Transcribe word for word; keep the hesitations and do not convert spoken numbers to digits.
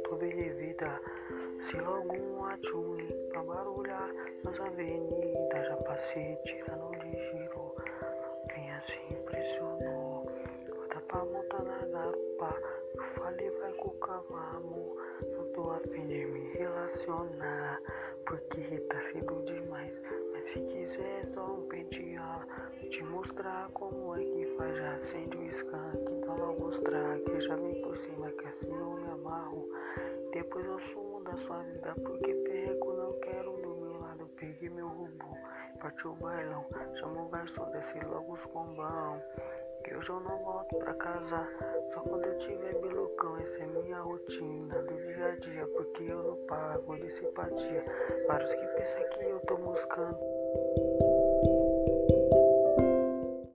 tô bem de vida. Se logo um atchum pra barulhar nas avenidas, já passei tirando de giro. Quem assim impressionou, bota pra montar na garupa. Eu falei vai com calma, amor. Não tô afim de me relacionar, porque tá cedo demais. Mas se quiser só um pentear, te mostrar como é que faz, já acende o skunk, dá logo os traques, já vem por cima que assim eu me amarro. Depois eu sumo da sua vida, porque perreco não quero do meu lado. Peguei meu robô, partiu o bailão, chama o garçom, desce logo os combão, que hoje eu não volto pra casa, só quando eu tiver bilocão. Essa é minha rotina do dia a dia, porque eu não pago de simpatia. Vários que pensam que eu tô moscando.